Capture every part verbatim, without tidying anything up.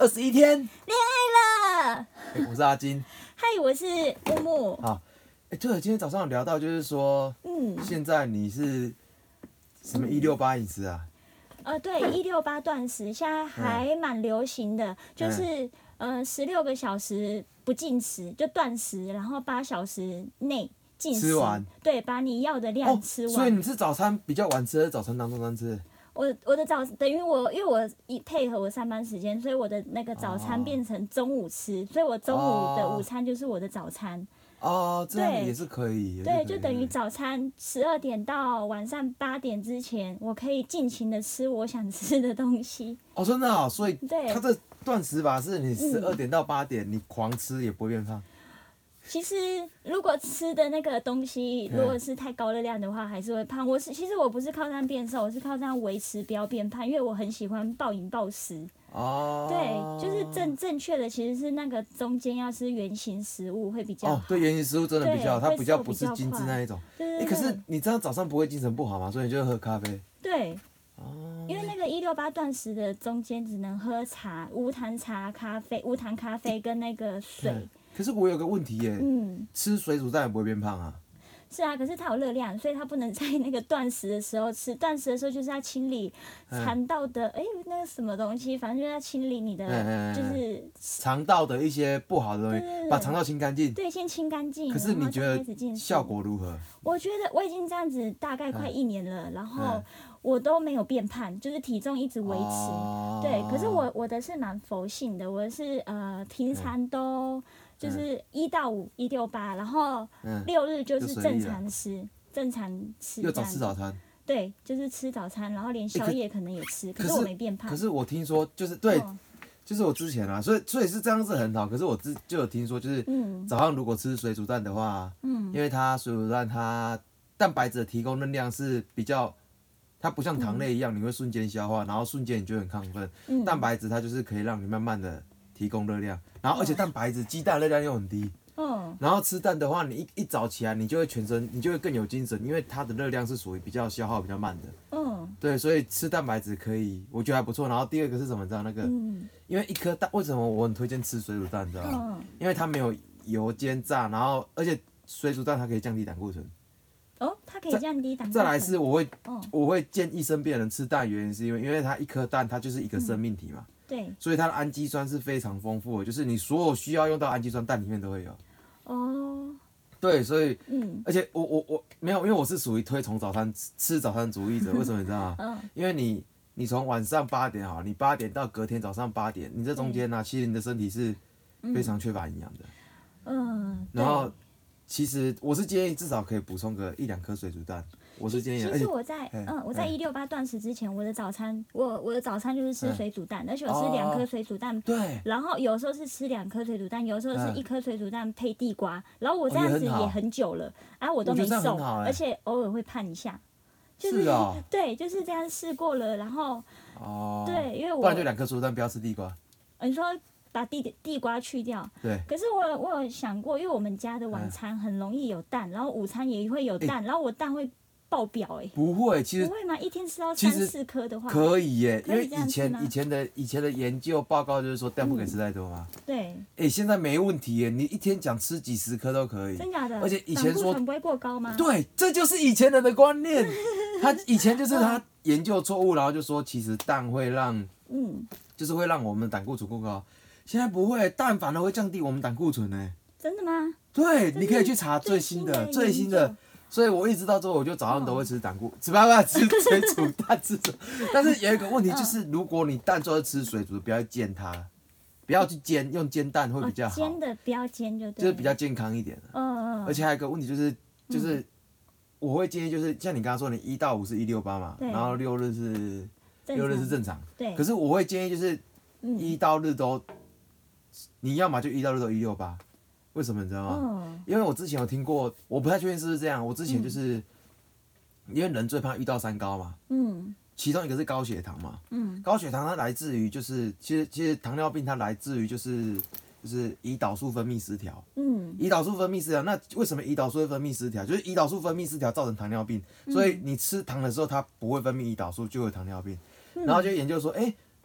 二十一天， 恋爱了。 欸、我是阿金， 嗨，我是木木。 好，哎、欸，对了，今天早上有聊到，就是说， 嗯， 现在你是什么一六八饮食啊？ 呃，对，一六八断食现在还蛮流行的，嗯、就是呃十六个小时不进食就断食，然后八小时内进食， 吃完， 对，把你要的量吃完。 哦、所以你是早餐比较晚吃，还是早餐当中餐吃？ 我我的早等于我，因为我一配合我上班时间，所以我的那个早餐变成中午吃，哦、所以我中午的午餐就是我的早餐。 哦，这样也是可以。 对，就等于早餐十二点到晚上八点之前，我可以尽情的吃我想吃的东西。 哦，真的啊、哦，所以对， 它这断食法是你十二点到八点、嗯、你狂吃也不会变胖。 其实，如果吃的那个东西如果是太高热量的话，还是会胖。我是其实我不是靠这样变瘦，我是靠这样维持不要变胖，因为我很喜欢暴饮暴食。 哦。 对，就是正正确的其实是那个中间要吃原型食物会比较好。 哦，对，原型食物真的比较好，它比较不是精致那一种。 对对对。欸、可是你这样早上不会精神不好吗？所以你就喝咖啡。 对。 哦。 因为那个一六八断食的中间只能喝茶、无糖茶、咖啡、无糖咖啡跟那个水。 嗯可是我有个问题耶，嗯，吃水煮蛋也不会变胖啊。 是啊，可是它有热量，所以它不能在那个断食的时候吃。断食的时候就是要清理肠道的，哎、嗯，那个什么东西，反正就是要清理你的，嗯、就是肠道的一些不好的东西，对对对，把肠道清干净。 对，先清干净。 可是你觉得效果如何？ 我觉得我已经这样子大概快一年了，嗯、然后我都没有变胖，就是体重一直维持。哦、对，可是我我的是蛮佛性的，我的是呃平常都。就是一到五一六八，然后六日就是正常吃，嗯、正常吃。 又早吃早餐。 对，就是吃早餐，然后连宵夜可能也吃，欸、可, 可是我没变胖。 可是我听说就是对，哦、就是我之前啊，所以所以是这样是很好。可是我之就有听说，就是早上如果吃水煮蛋的话，嗯，因为它水煮蛋它蛋白质的提供能量是比较，它不像糖类一样，你会瞬间消化，然后瞬间你就很亢奋。嗯、蛋白质它就是可以让你慢慢的提供热量。然后而且蛋白质，鸡蛋热量又很低，嗯，然后吃蛋的话，你一一早起来，你就会全身，你就会更有精神，因为它的热量是属于比较消耗比较慢的，嗯，对，所以吃蛋白质可以，我觉得还不错。然后第二个是什么？你知道那个，嗯，因为一颗蛋，为什么我很推荐吃水煮蛋？你知道吗？嗯，因为它没有油煎炸，然后而且水煮蛋它可以降低胆固醇。 哦，它可以降低胆固醇。 再来是我会，哦、我会建议身边的人吃蛋，原因是因为因为它一颗蛋它就是一个生命体嘛。嗯， 对， 所以它的氨基酸是非常丰富的，就是你所有需要用到氨基酸，蛋里面都会有。哦。对，所以，嗯，而且我我我没有，因为我是属于推崇早餐吃早餐主义者。为什么你知道吗？嗯。因为你你从晚上八点好，你八点到隔天早上八点，你这中间呢、啊，其实你的身体是非常缺乏营养的。嗯。然后，其实我是建议至少可以补充个一两颗水煮蛋。我是建议。 其实我在嗯，我在一六八断食之前，我的早餐我我的早餐就是吃水煮蛋，而且我吃两颗水煮蛋。 对。 然后有时候是吃两颗水煮蛋，有时候是一颗水煮蛋配地瓜。然后我这样子也很久了，啊，我都没瘦，而且偶尔会胖一下。 是啊。 对，就是这样试过了，然后。哦。对，因为我。 不然就两颗水煮蛋，不要吃地瓜。 你说把地地瓜去掉。 对。 可是我我有想过，因为我们家的晚餐很容易有蛋，然后午餐也会有蛋，然后我蛋会。爆表哎、欸！ 不会，其实不会吗？一天吃到三四颗的话， 可以耶，因为以前以前的以前的研究报告就是说蛋不可以吃太多嘛。 嗯、对。 哎、欸，现在没问题耶，你一天讲吃几十颗都可以。 真假的？ 而且以前说不会过高吗？ 对，这就是以前人的观念。他以前就是他研究错误，然后就说其实蛋会让，嗯，就是会让我们胆固醇过高。现在不会，蛋反而会降低我们胆固醇呢。 真的吗？ 对，你可以去查最新的最新的。所以我一直到之后，我就早上都会吃胆固，吃不不吃水煮蛋吃煮。但是有一个问题就是，如果你蛋就是吃水煮，不要煎它，不要去煎，用煎蛋会比较好。 煎的不要煎就对。 就是比较健康一点。嗯嗯。而且还有一个问题就是，就是我会建议就是像你刚刚说，你一到五是一六八嘛，然后六日是六日是正常。 对。 可是我会建议就是一到日都，你要么就一到日都一六八。为什么你知道吗？嗯、因为我之前有听过，我不太确定是不是这样。我之前就是，嗯、因为人最怕遇到三高嘛，嗯，其中一个是高血糖嘛，嗯，高血糖它来自于就是，其实其实糖尿病它来自于就是就是胰岛素分泌失调，嗯，胰岛素分泌失调，那为什么胰岛素会分泌失调？就是胰岛素分泌失调造成糖尿病，所以你吃糖的时候它不会分泌胰岛素，就会糖尿病。嗯、然后就研究说，哎、欸。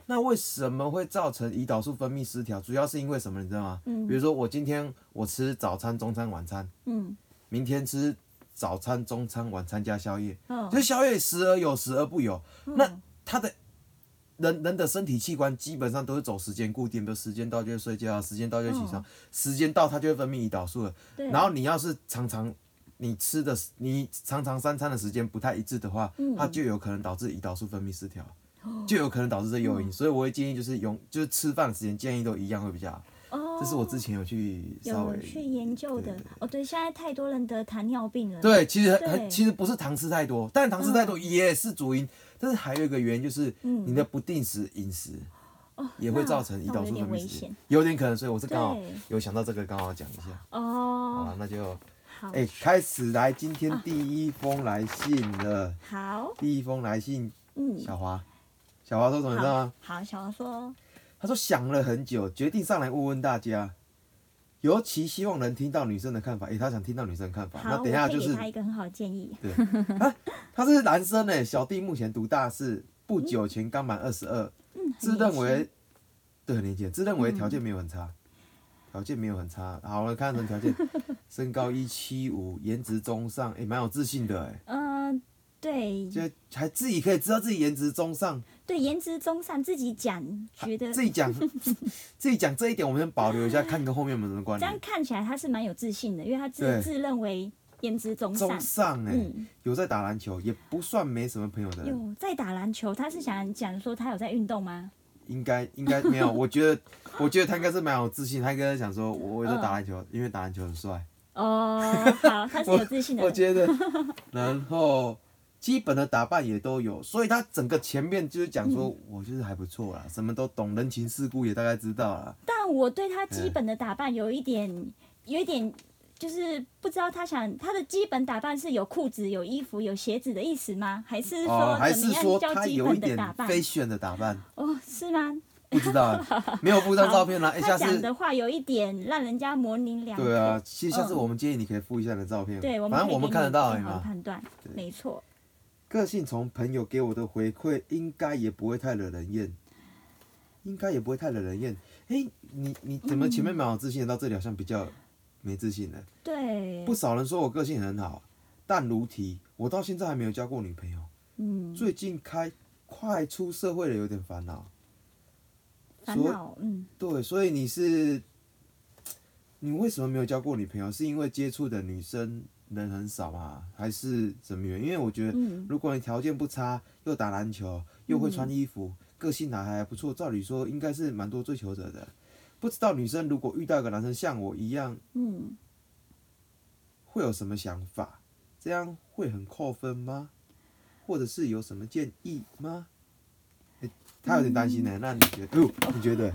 那为什么会造成胰岛素分泌失调？主要是因为什么，你知道吗？ 嗯比如说我今天我吃早餐、中餐、晚餐， 嗯明天吃早餐、中餐、晚餐加宵夜， 嗯就是宵夜时而有，时而不有。那他的人人的身体器官基本上都是走时间固定，比如时间到就会睡觉，时间到就会起床，时间到它就会分泌胰岛素了。 对， 然后你要是常常你吃的你常常三餐的时间不太一致的话，它就有可能导致胰岛素分泌失调，就有可能导致这诱因。所以我会建议就是用就是吃饭的时间建议都一样会比较好。 哦， 这是我之前有去稍微有去研究的。哦，对，现在太多人得糖尿病了。 对，其实对很其实不是糖吃太多，但糖吃太多也是主因，但是还有一个原因就是你的不定时饮食也会造成胰岛素分泌失调，有点可能，所以我是刚好有想到这个，刚好讲一下。 哦， 好了，那就好， 哎，开始来今天第一封来信了。 好， 第一封来信， 嗯， 小华，小华说什么你知道吗？ 好，小华说， 他说想了很久，决定上来问问大家，尤其希望能听到女生的看法。诶，他想听到女生的看法，那好， 等一下就是我可以给他一个很好的建议。 对啊，他是男生诶，小弟目前读大四，不久前刚满二十二， 嗯， 自认为对很年轻，自认为条件没有很差，条件没有很差。好，我看什么条件？身高一七五，颜值中上，诶，蛮有自信的诶。 嗯，对， 就还自己可以知道自己颜值中上。 对，颜值中上，自己讲，觉得自己讲，自己讲这一点，我们先保留一下，看跟后面有没有什么关这样联。 看起来他是蛮有自信的，因为他自对自认为颜值中上中。上哎、 嗯有在打篮球，也不算没什么朋友的人， 有在打篮球，他是想讲说他有在运动吗？ 应该应该没有。我觉得，我觉得他应该是蛮有自信，他应该想说，我我有在打篮球，因为打篮球很帅。 哦，好，他是有自信的人。 我觉得，然后基本的打扮也都有，所以他整个前面就是讲说， 嗯我就是还不错啦，什么都懂，人情世故也大概知道啦。 但我对他基本的打扮有一点，有一点就是不知道他想他的基本打扮是有裤子、有衣服、有鞋子的意思吗？还是哦， 说还怎么样是说叫基本他有一点的打扮？ fashion 的打扮？ 哦，是吗？ 不知道啊，没有附上照片啦。哎、 他下次讲的话有一点让人家模棱两可。 对啊，其实下次我们建议你可以附一下你的照片， 对，我们反正我们看得到而已嘛。 判断，没错。 个性从朋友给我的回馈，应该也不会太惹人厌，应该也不会太惹人厌。哎、你你怎么前面蛮有自信的，到这里好像比较没自信了？ 对， 不少人说我个性很好，但如题，我到现在还没有交过女朋友。 嗯， 最近开快出社会了，有点烦恼。 烦恼，嗯， 对，所以你是，你为什么没有交过女朋友？是因为接触的女生人很少吗？还是什么原因？因为我觉得，如果你条件不差，又打篮球，又会穿衣服，个性还还不错，照理说应该是蛮多追求者的。不知道女生如果遇到一个男生像我一样， 嗯， 会有什么想法？这样会很扣分吗？或者是有什么建议吗？欸、他有点担心呢、那你觉得？哦，你觉得？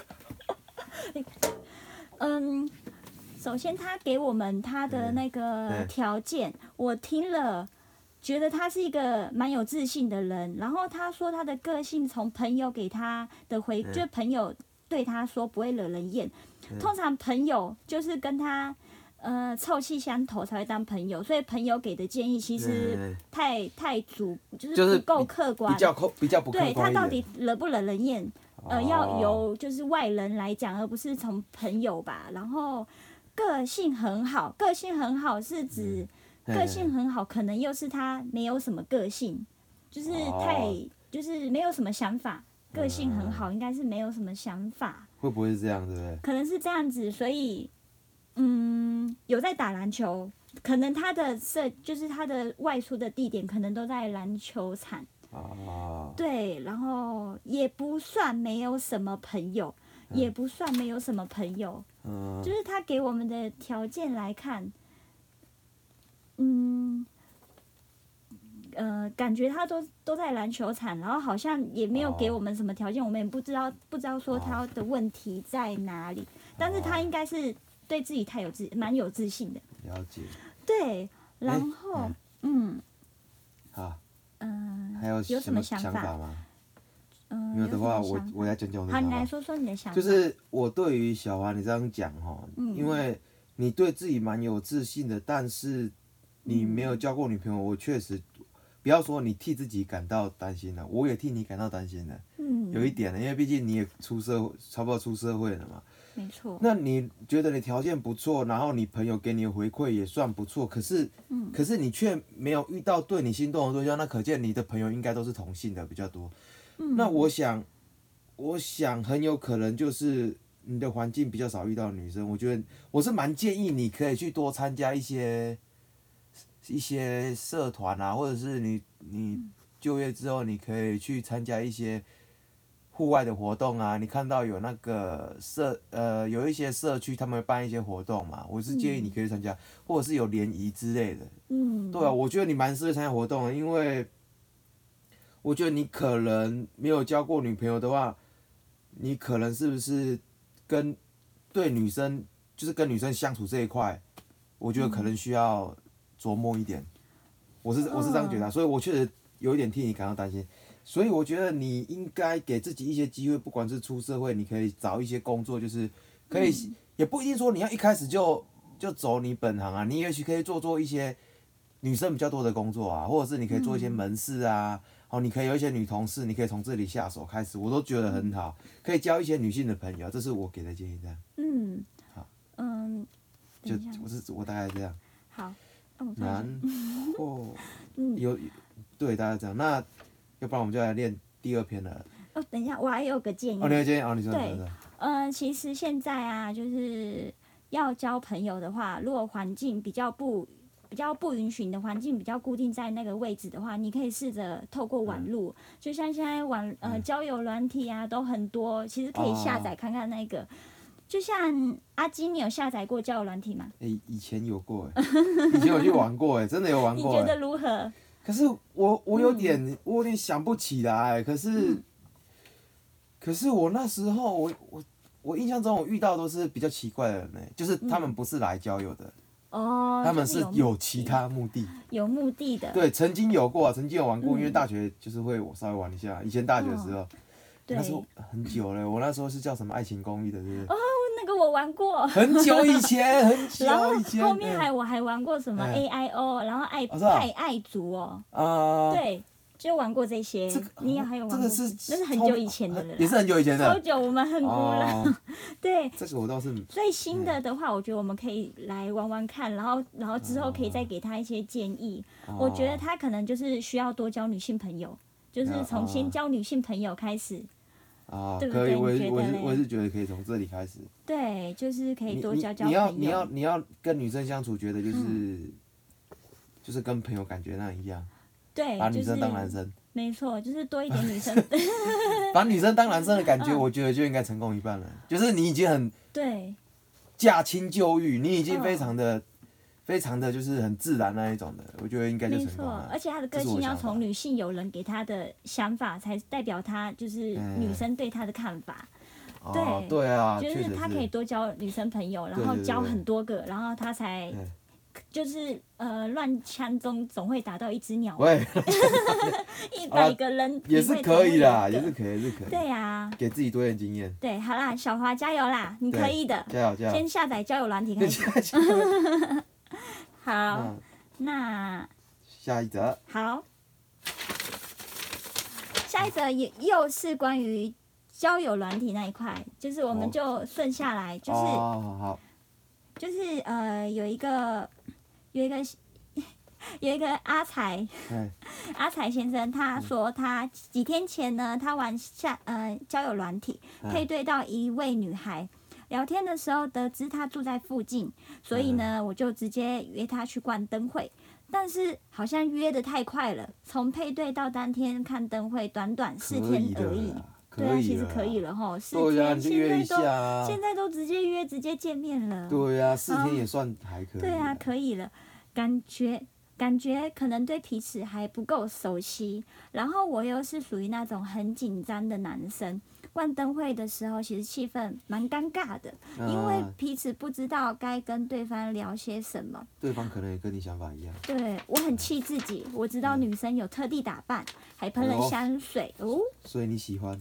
嗯，首先他给我们他的那个条件，我听了，觉得他是一个蛮有自信的人。然后他说他的个性从朋友给他的回，就朋友对他说不会惹人厌。通常朋友就是跟他呃臭气相投才会当朋友，所以朋友给的建议其实太太主就是不够客观， 比较客比较不客观一点。 对他到底惹不惹人厌？呃，要由就是外人来讲，而不是从朋友吧。然后个性很好，个性很好是指、嗯、个性很好，可能又是他没有什么个性，就是太、哦、就是没有什么想法。个性很好，应该是没有什么想法。 会不会是这样，对不对？ 可能是这样子，所以嗯，有在打篮球，可能他的设就是他的外出的地点可能都在篮球场。 哦， 对，然后也不算没有什么朋友，嗯、也不算没有什么朋友，嗯、就是他给我们的条件来看，嗯，呃，感觉他都都在篮球场，然后好像也没有给我们什么条件，哦、我们也不知道不知道说他的问题在哪里，哦、但是他应该是对自己太有自蛮有自信的。 了解。 对，然后、欸、嗯， 好。 嗯， 还有什么想法吗？ 嗯， 没有的话，我我来讲讲我的想法。 好，你来说说你的想法。 就是我对于小华你这样讲哈，嗯、因为你对自己蛮有自信的，但是你没有交过女朋友，我确实不要说你替自己感到担心了，我也替你感到担心了。嗯， 有一点了，因为毕竟你也出社会，差不多出社会了嘛。 没错。 那你觉得你条件不错，然后你朋友给你的回馈也算不错，可是，嗯、可是你却没有遇到对你心动的对象，那可见你的朋友应该都是同性的比较多。嗯、那我想，我想很有可能就是你的环境比较少遇到女生。我觉得我是蛮建议你可以去多参加一些一些社团啊，或者是你你。就业之后，你可以去参加一些户外的活动啊。你看到有那个社呃有一些社区他们会办一些活动嘛，我是建议你可以参加，嗯、或者是有联谊之类的。嗯，对啊，我觉得你蛮适合参加活动的，因为我觉得你可能没有交过女朋友的话，你可能是不是跟对女生就是跟女生相处这一块，我觉得可能需要琢磨一点。我是我是这样觉得，所以我确实。有一点替你感到担心，所以我觉得你应该给自己一些机会，不管是出社会，你可以找一些工作，就是可以，嗯、也不一定说你要一开始就就走你本行啊，你也许可以做做一些女生比较多的工作啊，或者是你可以做一些门市啊，哦，你可以有一些女同事，你可以从这里下手开始，我都觉得很好，可以交一些女性的朋友，这是我给的建议，这样。嗯。好。嗯。就我是我大概这样。 好。 然后有。对，大家这样。那要不然我们就来练第二篇了。 哦，等一下，我还有个建议。 哦，你有建议哦，你说。 对，嗯、呃，其实现在啊，就是要交朋友的话，如果环境比较不比较不允许你的环境比较固定在那个位置的话，你可以试着透过网路，嗯、就像现在网呃、嗯、交友软体啊都很多，其实可以下载看看那个。哦、就像阿金，你有下载过交友软体吗？ 哎、欸，以前有过哎，以前有去玩过哎，真的有玩过。 你觉得如何？ 可是我我有点、嗯、我有点想不起来，可是、嗯、可是我那时候我我我印象中我遇到都是比较奇怪的人呢，就是他们不是来交友的， 哦、嗯， 他们是有其他目的， 有目的的。 对，曾经有过、啊，曾经有玩过，嗯、因为大学就是会我稍微玩一下，以前大学的时候，哦、那时候很久了，我那时候是叫什么爱情公寓的，对不对？ 哦，那个我玩过， 很久以前，很久以前。 然后后面还我还玩过什么 A I O，、嗯、然后爱太爱族哦，啊，对，就玩过这些。这个、你也还有玩过？这个是那是很久以前的了， 也是很久以前的。 超久，我们很古了。哦、对， 这个我倒是。 所以新的的话，我觉得我们可以来玩玩看，然后然后之后可以再给他一些建议。哦、我觉得他可能就是需要多交女性朋友，就是从先交女性朋友开始。 啊， 对可以，我也我是我是觉得可以从这里开始。 对，就是可以多交交朋友。 友。 你要你要你要跟女生相处，觉得就是、嗯、就是跟朋友感觉那一样。 对， 把女生当男生。 就是、没错，就是多一点女生。 把女生当男生的感觉，我觉得就应该成功一半了。嗯、就是你已经很对驾轻就育，你已经非常的。嗯非常的就是很自然那一种的，我觉得应该就成功了。 没错，而且他的个性要从女性友人给他的想法，才代表他就是女生对他的看法。 嗯、 对、 哦，对啊， 就是他可以多交女生朋友，然后交很多个，然后他才就是呃乱枪中总会打到一只鸟。 喂， 一百个人、啊、 也是可以啦，也是可以，也是可以。 对呀、啊， 给自己多点经验。 对，好啦，小华加油啦，你可以的。 加油加油！ 先下载交友软体开始。好，嗯、那下一则。 好，下一则也又是关于交友软体那一块，就是我们就顺下来，就是、 哦、好， 就是呃有一个有一个有一个阿才，阿才先生，他说他几天前呢，他玩下呃交友软体，配对到一位女孩。聊天的时候得知他住在附近，所以呢，嗯、我就直接约他去逛灯会。但是好像約得太快了，從配對到當天看燈會，短短四天而已。對啊，其實可以了吼，四天現在都現在都直接約直接見面了。 對啊，四天也算還可以。 對啊，可以了，感覺感覺可能對彼此還不夠熟悉，然後我又是屬於那種很緊張的男生。逛燈會的時候，其實氣氛蠻尷尬的，因為彼此不知道該跟對方聊些什麼。 對方可能也跟你想法一樣。 對，我很氣自己，我知道女生有特地打扮，還噴了香水哦。 所以你喜歡？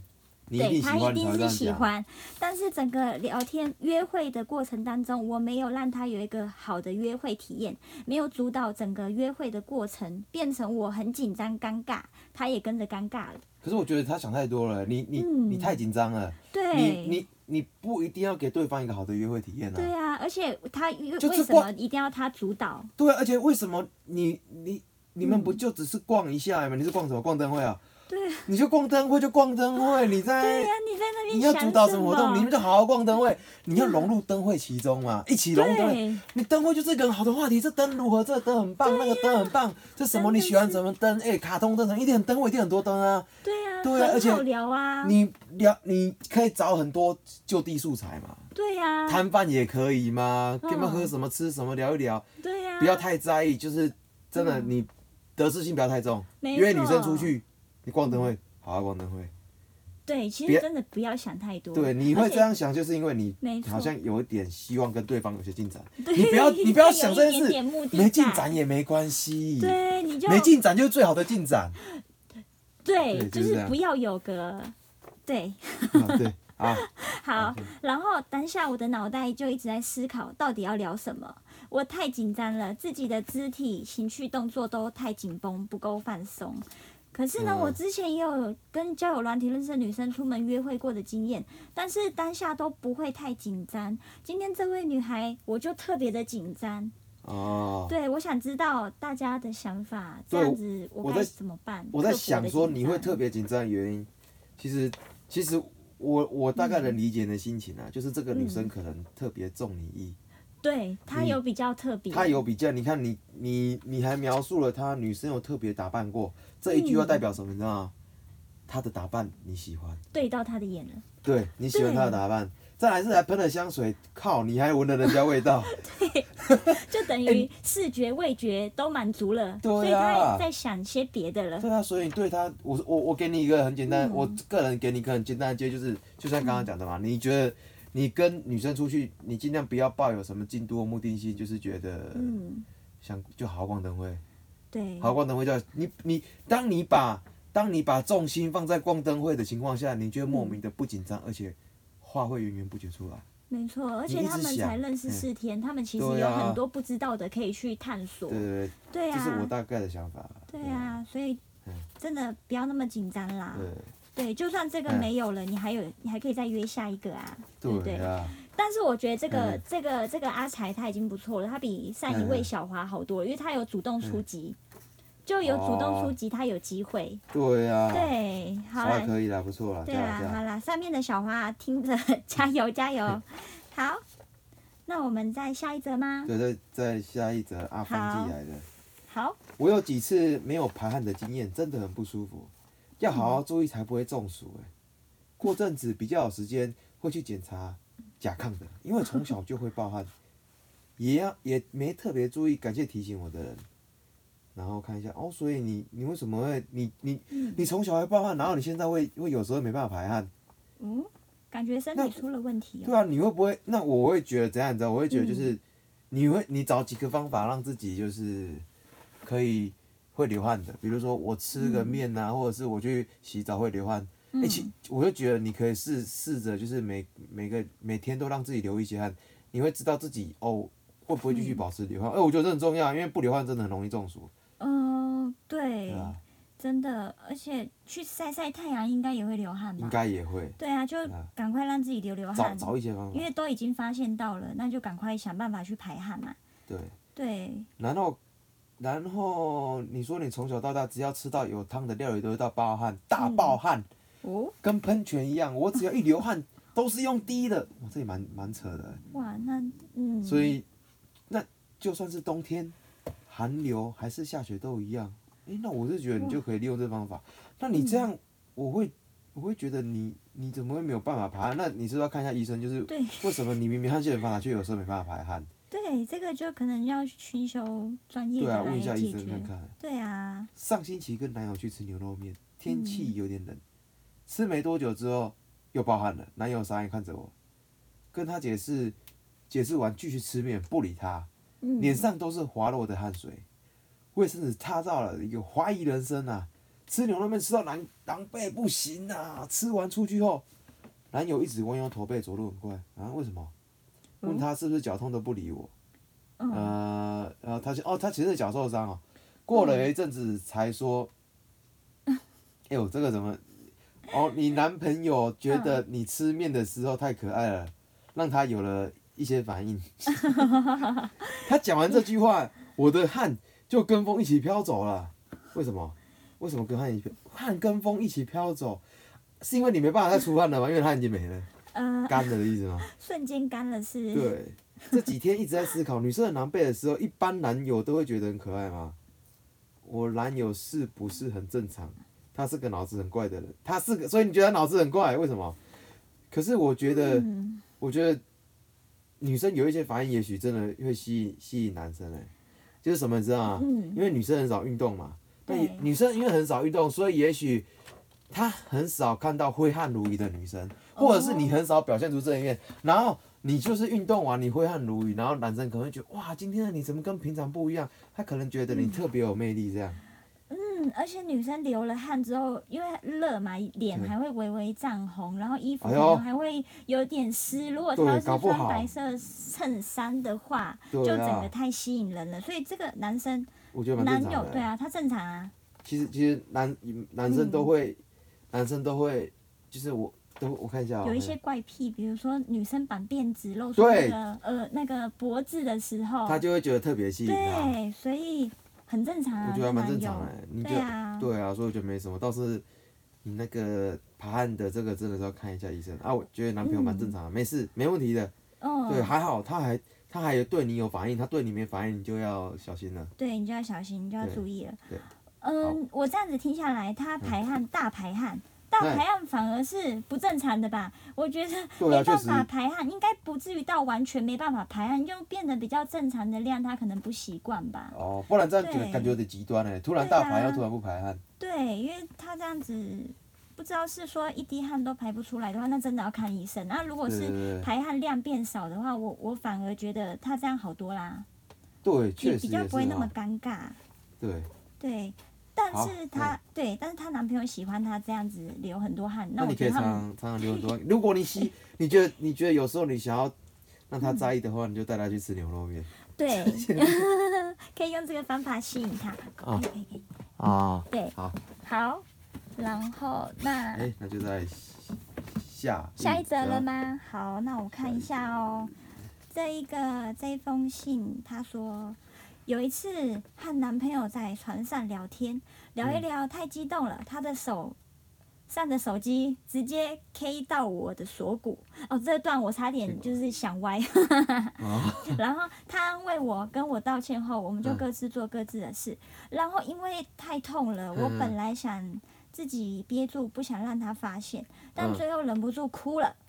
你一定喜对他一欢，你才定是会这样讲。 喜欢，但是整个聊天约会的过程当中，我没有让他有一个好的约会体验，没有主导整个约会的过程，变成我很紧张尴尬，他也跟着尴尬了。 可是我觉得他想太多了，你你、 嗯你太紧张了， 对， 你你你不一定要给对方一个好的约会体验啊。 对啊，而且他为就是什么一定要他主导？ 对啊，而且为什么你你你们不就只是逛一下吗？你是逛什么？逛灯会啊？ 对， 你就逛灯会就逛灯会，你在对呀、你在那边你要主导想什什么活动，你们就好好逛灯会，你要融入灯会其中嘛，一起融入灯会。 对你灯会就是一个很好的话题，这灯如何？这个灯很棒，那个灯很棒，这什么？你喜欢什么灯？哎、卡通灯什么？一定很灯会一定很多灯啊。 对啊， 对啊，而且很好聊啊。 你聊你可以找很多就地素材嘛， 对呀、 摊贩也可以嘛， 嗯跟他们喝什么吃什么聊一聊， 对呀、 不要太在意，就是真的你得失心不要太重， 没约女生错出去，你逛灯会，好好逛灯会。 对，其别实真的不要想太多。 对，你会这样想，就是因为你没错好像有一点希望跟对方有些进展。 对你不要，你不要想这件有一点事点目，的没进在展也没关系。 对，你就没进展就是最好的进展。 对， 对就就是这样是不要有个对。 啊，对啊， 好 OK， 然后当下我的脑袋就一直在思考，到底要聊什么。我太紧张了，自己的肢体、情绪、动作都太紧绷，不够放松。可是呢， 嗯我之前也有跟交友软体认识的女生出门约会过的经验，但是当下都不会太紧张。今天这位女孩，我就特别的紧张。 哦， 对，我想知道大家的想法，这对样子我该我在怎么办？ 我在克服的想说紧张你会特别紧张的原因，其实其实我我大概能理解你的心情啊，就是这个女生可能特别重你意， 对她你有比较特别， 她有比较，你看你你你还描述了她女生有特别打扮过，这一句话代表什么？你知道吗？她的打扮你喜欢， 对到她的眼了。 对你喜欢她的打扮，再来是还喷了香水，靠，你还闻了人家味道， 就等于视觉、味觉都满足了，所以对啊他在想些别的了。 对啊，所以你对她，我我我给你一个很简单， 嗯我个人给你一个很简单的建议，就是就像刚刚讲的嘛，你觉得你跟女生出去，你尽量不要抱有什么进度或目的性，就是觉得嗯， 想就好好逛灯会， 对， 好好逛灯会叫你你，当你把当你把重心放在逛灯会的情况下，你就会莫名的不紧张，而且话会源源不绝出来。 没错，而你一直且他们想才认识嗯四天，他们其实对啊有很多不知道的可以去探索。 对对对， 对这是我啊， 大概的想法。 对啊，所以嗯真的不要那么紧张啦。 对对，就算这个嗯没有了，你还有你还可以再约下一个啊，对不对？ 对啊， 但是我觉得这个、 嗯这个这个阿才他已经不错了，他比上一位嗯小华好多了，因为他有主动出击，就有主动出击，他有机会。 对啊， 对，好还啦， 可以啦，不错啦， 对啦， 加油加油。 好啦，上面的小花听着，加油加油。好，那我们再下一则吗？ 对对，再下一则阿芳寄来的。 好， 我有几次没有排汗的经验，真的很不舒服，要好好注意才不会中暑哎。过阵子比较有时间会去检查甲亢的，因为从小就会暴汗，也要也没特别注意，感谢提醒我的人。然后看一下哦，所以你你为什么会你你你从小会暴汗，然后你现在会会有时候没办法排汗？ 嗯，感觉身体出了问题哦。 对啊，你会不会？那我会觉得怎样？你知道？我会觉得就是，你会你找几个方法让自己就是可以会流汗的，比如说我吃个面啊，或者是我去洗澡会流汗。哎、其我就觉得你可以试试着就是每每个每天都让自己流一些汗，你会知道自己哦会不会继续保持流汗。哎、我觉得这很重要，因为不流汗真的很容易中暑。 嗯、对对，啊， 真的，而且去晒晒太阳应该也会流汗吧？ 应该也会对啊，就啊赶快让自己流流找汗， 找一些方法因。为都已经发现到了，那就赶快想办法去排汗嘛。 对， 对， 然后然后你说你从小到大只要吃到有汤的料理都会到暴汗，大暴汗。 哦， 跟喷泉一样，我只要一流汗都是用滴的，哇，这也蛮蛮扯的。 哇，那嗯， 所以，那就算是冬天寒流还是下雪都一样。哎、那我是觉得你就可以利用这方法。那你这样，我会我会觉得你你怎么会没有办法排汗？那你是不是要看一下医生，就是对为什么你明明汗腺很发达，却有时候没办法排汗？ 对，这个就可能要寻求专业对啊， 的问一下医来解决。 生看看。 对啊， 上星期跟男友去吃牛肉面，天气有点冷，吃没多久之后又暴汗了，男友傻眼看着我，跟他解释，解释完继续吃面，不理他， 嗯， 脸上都是滑落的汗水，卫生纸擦到了一个怀疑人生啊！ 吃牛肉面吃到狼狼狈不行啊！吃完出去后，男友一直弯腰驼背，走路很快啊？为什么？问他是不是脚痛都不理我。 嗯呃，然后他哦，他其实是脚受伤哦。过了一阵子才说，哎呦，这个怎么？哦，你男朋友觉得你吃面的时候太可爱了，让他有了一些反应。他讲完这句话，我的汗就跟风一起飘走了。为什么？为什么跟汗一起汗跟风一起飘走？是因为你没办法再出汗了吗？因为汗已经没了， 呃， 干了的意思吗？ 瞬间干了是。 对，这几天一直在思考，女生很狼狈的时候，一般男友都会觉得很可爱吗？我男友是不是很正常？他是个脑子很怪的人，他是个，所以你觉得他脑子很怪，为什么？可是我觉得， 嗯、 我觉得女生有一些反应，也许真的会吸引吸引男生哎、欸，就是什么你知道吗？ 嗯、 因为女生很少运动嘛，那对女生因为很少运动，所以也许她很少看到挥汗如雨的女生，或者是你很少表现出这一面，然后你就是运动完你挥汗如雨，然后男生可能会觉得哇，今天的你怎么跟平常不一样？他可能觉得你特别有魅力这样。 嗯，而且女生流了汗之后，因为热嘛，脸还会微微涨红，然后衣服可能还会有点湿。如果她要是穿白色衬衫的话，就整个太吸引人了。所以这个男生， 我觉得蛮正常的。 男友对啊，他正常啊。 其实其实男男生都会，嗯、男生都会，就是我都我看一下、喔。 有一些怪癖，比如说女生绑辫子露出那个呃那个脖子的时候， 他就会觉得特别吸引他。 对，所以。很正常啊， 我觉得还蛮正常的、欸，你觉得？ 对啊， 对啊，所以我觉得没什么。倒是你那个爬汗的这个真的是要看一下医生啊。我觉得男朋友蛮正常的，嗯、没事，没问题的。 哦。 对，还好，他还他还有对你有反应，他对你没反应，你就要小心了。 对，你就要小心，你就要注意了。 对。 嗯，我这样子听下来，他排汗、嗯、大排汗。大排汗反而是不正常的吧？我觉得没办法排汗，应该不至于到完全没办法排汗，就变得比较正常的量，他可能不习惯吧。 哦，不然这样感觉有点极端哎，突然大排又突然不排汗。 对，因为他这样子，不知道是说一滴汗都排不出来的话，那真的要看医生。那如果是排汗量变少的话，我我反而觉得他这样好多啦。 对，确实比较不会那么尴尬。 对。 对。但是她对，但是她男朋友喜欢她这样子流很多汗，那你可以常常常常流很多汗。如果你喜，你觉得你觉得有时候你想要让他在意的话，嗯、你就带他去吃牛肉面。 对，可以用这个方法吸引他。 啊， 可以可以可以。 啊， 对， 好， 好，然后那哎，那就在下下一则了吗？好，那我看一下哦。这一个这一封信，他说。有一次和男朋友在船上聊天，聊一聊太激动了，他的手上的手机直接 K 到我的锁骨。哦，这段我差点就是想歪。然后他安慰我，跟我道歉后，我们就各自做各自的事。然后因为太痛了，我本来想自己憋住，不想让他发现，但最后忍不住哭了。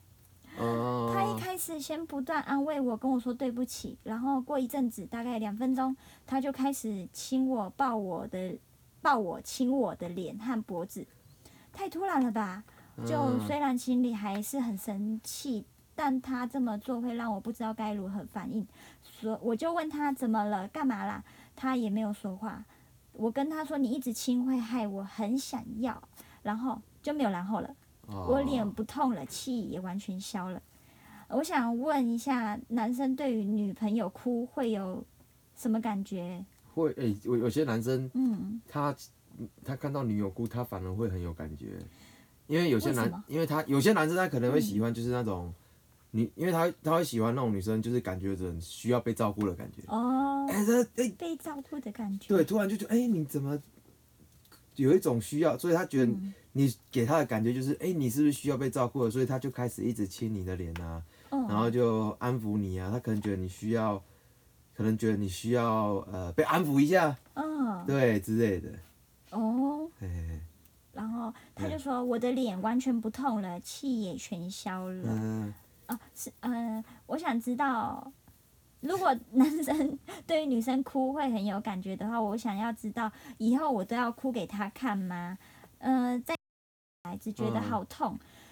Uh, 他一开始先不断安慰我，跟我说对不起，然后过一阵子，大概两分钟，他就开始亲我、抱我的、抱我、亲我的脸和脖子，太突然了吧？就虽然心里还是很生气，但他这么做会让我不知道该如何反应，所我就问他怎么了，干嘛啦？他也没有说话。我跟他说你一直亲会害我很想要，然后就没有然后了。我脸不痛了，气也完全消了。我想问一下，男生对于女朋友哭会有什么感觉？ 会诶、欸，有有些男生， 嗯， 他他看到女友哭，他反而会很有感觉，因为有些男， 为什么？ 因为他有些男生他可能会喜欢就是那种女、嗯，因为他他会喜欢那种女生，就是感觉人需要被照顾的感觉。 哦， 哎、欸，哎、欸， 被照顾的感觉。 对，突然就觉得，哎、欸，你怎么有一种需要？所以他觉得。嗯你给他的感觉就是，哎、欸，你是不是需要被照顾的？所以他就开始一直亲你的脸啊，哦、然后就安抚你啊。他可能觉得你需要，可能觉得你需要呃被安撫一下，哦、对之类的。 哦。然后他就说我的脸完全不痛了，气也全消了。嗯。哦，是呃，我想知道，如果男生对于女生哭会很有感觉的话，我想要知道以后我都要哭给他看吗？呃，在。只觉得好痛，嗯、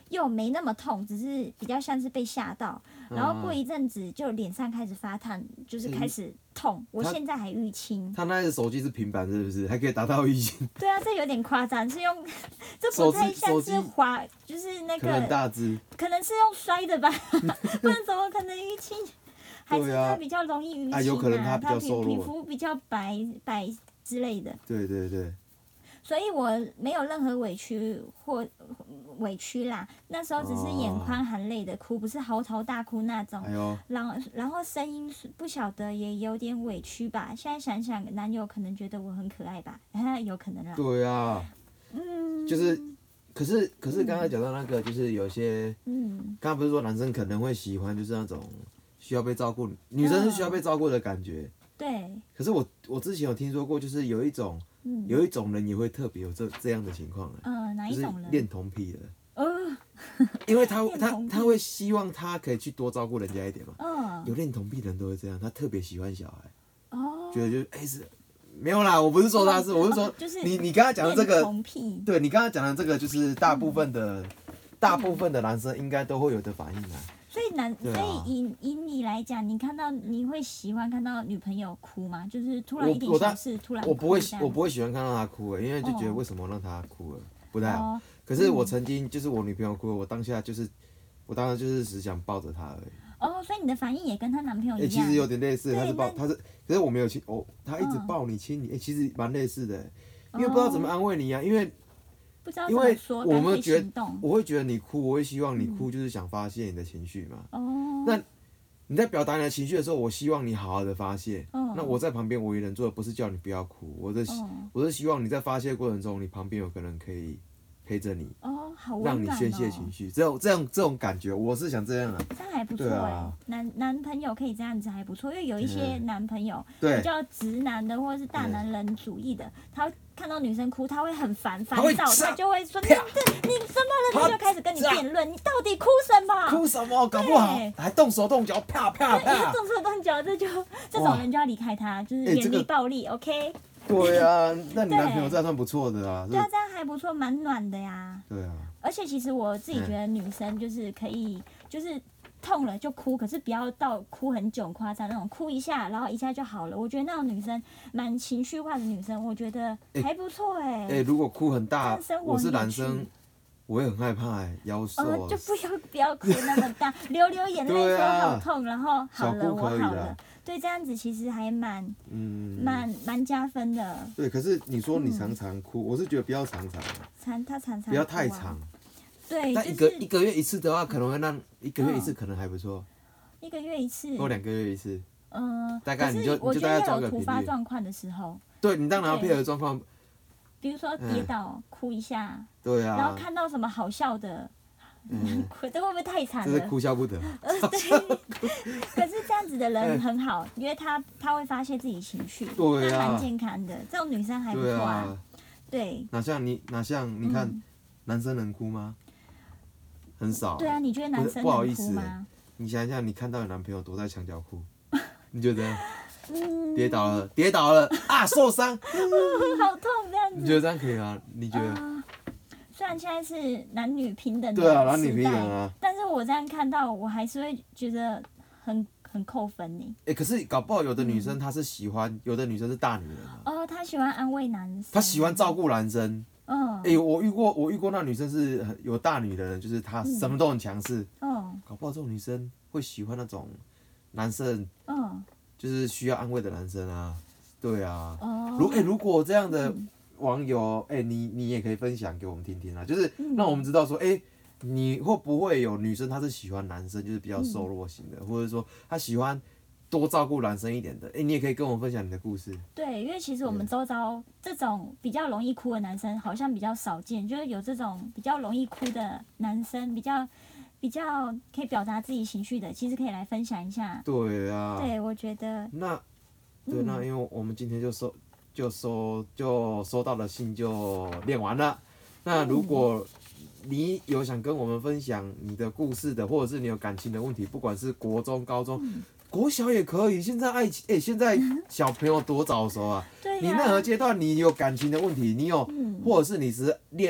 又没那么痛，只是比较像是被吓到，然后过一阵子就脸上开始发烫，就是开始痛。我现在还淤青。 他那个手机是平板是不是？还可以达到淤青？ 对啊，这有点夸张，是用这不太像是滑，就是那个。 可能很大只。 可能是用摔的吧，不然怎么可能淤青？还是他比较容易淤青啊？ 啊有可能他比较瘦弱， 皮肤比较白白之类的。 对对对。 所以我没有任何委屈或委屈啦，那时候只是眼眶含泪的哭，不是嚎啕大哭那种。 哎呦， 然后然后声音不晓得也有点委屈吧。现在想想，男友可能觉得我很可爱吧，有可能啦。 对啊，嗯，就是，可是可是刚才讲到那个，就是有些，嗯，刚刚不是说男生可能会喜欢就是那种需要被照顾，女生是需要被照顾的感觉。 对。 可是我我之前有听说过，就是有一种。嗯、有一种人也会特别有这这样的情况， 嗯，哪一种人？ 就是恋童癖的。呃，因为他他他会希望他可以去多照顾人家一点嘛。嗯。有恋童癖的人都会这样，他特别喜欢小孩。哦。觉得就哎、欸、是，没有啦，我不是说他是，我是说，就是你你刚才讲的这个，对你刚才讲的这个，就是大部分的、嗯、大部分的男生应该都会有的反应啊。 所以男，所以以以你来讲，你看到你会喜欢看到女朋友哭吗？就是突然一点小事突然哭。 我不会，我不会喜欢看到她哭诶，因为就觉得为什么让她哭了，不太好。可是我曾经就是我女朋友哭了，我当下就是，我当时就是只想抱着她而已。 哦，所以你的反应也跟她男朋友一样。 其实有点类似，她是抱，她是，可是我没有亲，哦，她一直抱你亲你，哎，其实蛮类似的，因为不知道怎么安慰你啊，因为。因为我们觉得，我会觉得你哭，我会希望你哭，就是想发泄你的情绪嘛。哦。那你在表达你的情绪的时候，我希望你好好的发泄。哦。那我在旁边，我也能做的不是叫你不要哭，我的，我是希望你在发泄过程中，你旁边有个人可以陪着你。 哦，好温暖哦。让你宣泄情绪，只有这样这种感觉，我是想这样啊。 这样还不错哎，男男朋友可以这样子还不错，因为有一些男朋友比较直男的或者是大男人主义的，他。看到女生哭，他会很烦烦躁，他就会说：“你你怎么了？”你就开始跟你辩论，你到底哭什么？ 哭什么？搞不好还动手动脚，啪啪啪！ 动手动脚，这就这种人就要离开他，就是远离暴力。OK。 对啊，那你男朋友这样算不错的啊。 对啊，这样还不错，蛮暖的呀。 对啊。 而且其实我自己觉得女生就是可以，就是。痛了就哭，可是不要到哭很久夸张那种，哭一下然后一下就好了。我觉得那种女生蛮情绪化的女生，我觉得还不错哎、欸。 哎、欸，如果哭很大，我是男生，我也很害怕哎、欸，腰瘦、啊呃。就不要不要哭那么大，流流眼泪说好痛，然后好了我好了。对，这样子其实还蛮嗯蛮蛮加分的。 对，可是你说你常常哭，嗯、我是觉得不要常常。 常他常常、啊、 不要太长。 对， 但一个、就是、一个月一次的话，可能会让一个月一次可能还不错、 嗯。一个月一次。 或两个月一次。 嗯、呃。 大概你就你就大概找个频率。 突发状况的时候。 对，你当然要配合状况。 比如说跌倒、嗯、哭一下。 对啊。 然后看到什么好笑的，嗯，这会不会太惨了？ 这是哭笑不得。 呃，对。可是这样子的人很好，因为他他会发泄自己情绪， 对啊， 蛮健康的。这种女生还不错啊。对。 哪像你哪像你看、嗯，男生能哭吗？很少、啊。 对啊，你觉得男生不好意思、 欸， 你想一下，你看到你男朋友躲在墙角哭，你觉得？嗯。跌倒了，跌倒了啊！受伤。 好痛这样子。 你觉得这样可以吗？你觉得？ 呃、虽然现在是男女平等的对啊，男女平等啊。 但是我这样看到，我还是会觉得很很扣分呢。 哎、欸，可是搞不好有的女生她是喜欢，嗯、有的女生是大女人啊。 哦，她喜欢安慰男生。 她喜欢照顾男生。 嗯， 哎、欸，我遇过，我遇过那女生是有大女人，就是她什么都很强势。嗯，搞不好这种女生会喜欢那种男生，嗯，就是需要安慰的男生啊。对啊。哦。如哎、欸，如果这样的网友，哎、欸，你你也可以分享给我们听听啊，就是让我们知道说，哎、欸，你会不会有女生她是喜欢男生，就是比较瘦弱型的，嗯、或者说她喜欢。多照顾男生一点的，哎、欸，你也可以跟我分享你的故事。 对，因为其实我们周遭这种比较容易哭的男生好像比较少见，就是有这种比较容易哭的男生，比较比较可以表达自己情绪的，其实可以来分享一下。 对啊。 对，我觉得。 那，对，那因为我们今天就收就收就收到的信就念完了。那如果你有想跟我们分享你的故事的，或者是你有感情的问题，不管是国中、高中。嗯，国小也可以，现在爱情，哎、欸，现在小朋友多早熟啊！ 对呀、 你任何阶段你有感情的问题，你有，嗯、或者是你是恋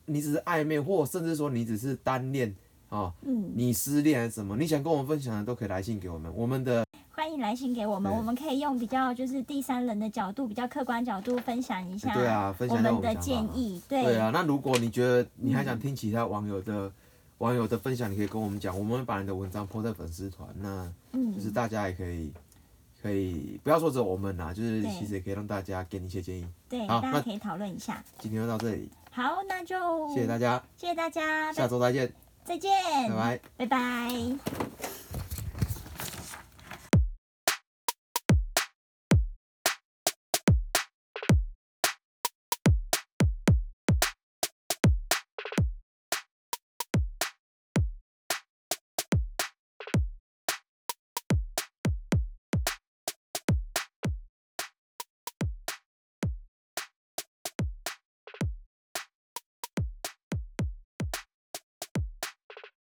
你只是暧昧，或甚至说你只是单恋哦，嗯，你失恋还是什么，你想跟我们分享的都可以来信给我们，我们的。 欢迎来信给我们，我们可以用比较就是第三人的角度，比较客观角度分享一下， 对啊，分享我们的建议，对， 对啊。那如果你觉得你还想听其他网友的、嗯、网友的分享，你可以跟我们讲，我们会把你的文章 po 在粉丝团，那就是大家也可以可以不要说只有我们啦，就是其实也可以让大家给你一些建议， 对，大家可以讨论一下。 今天就到这里， 好，那就谢谢大家， 谢谢大家， 下周再见， 再见， 拜拜， 拜拜。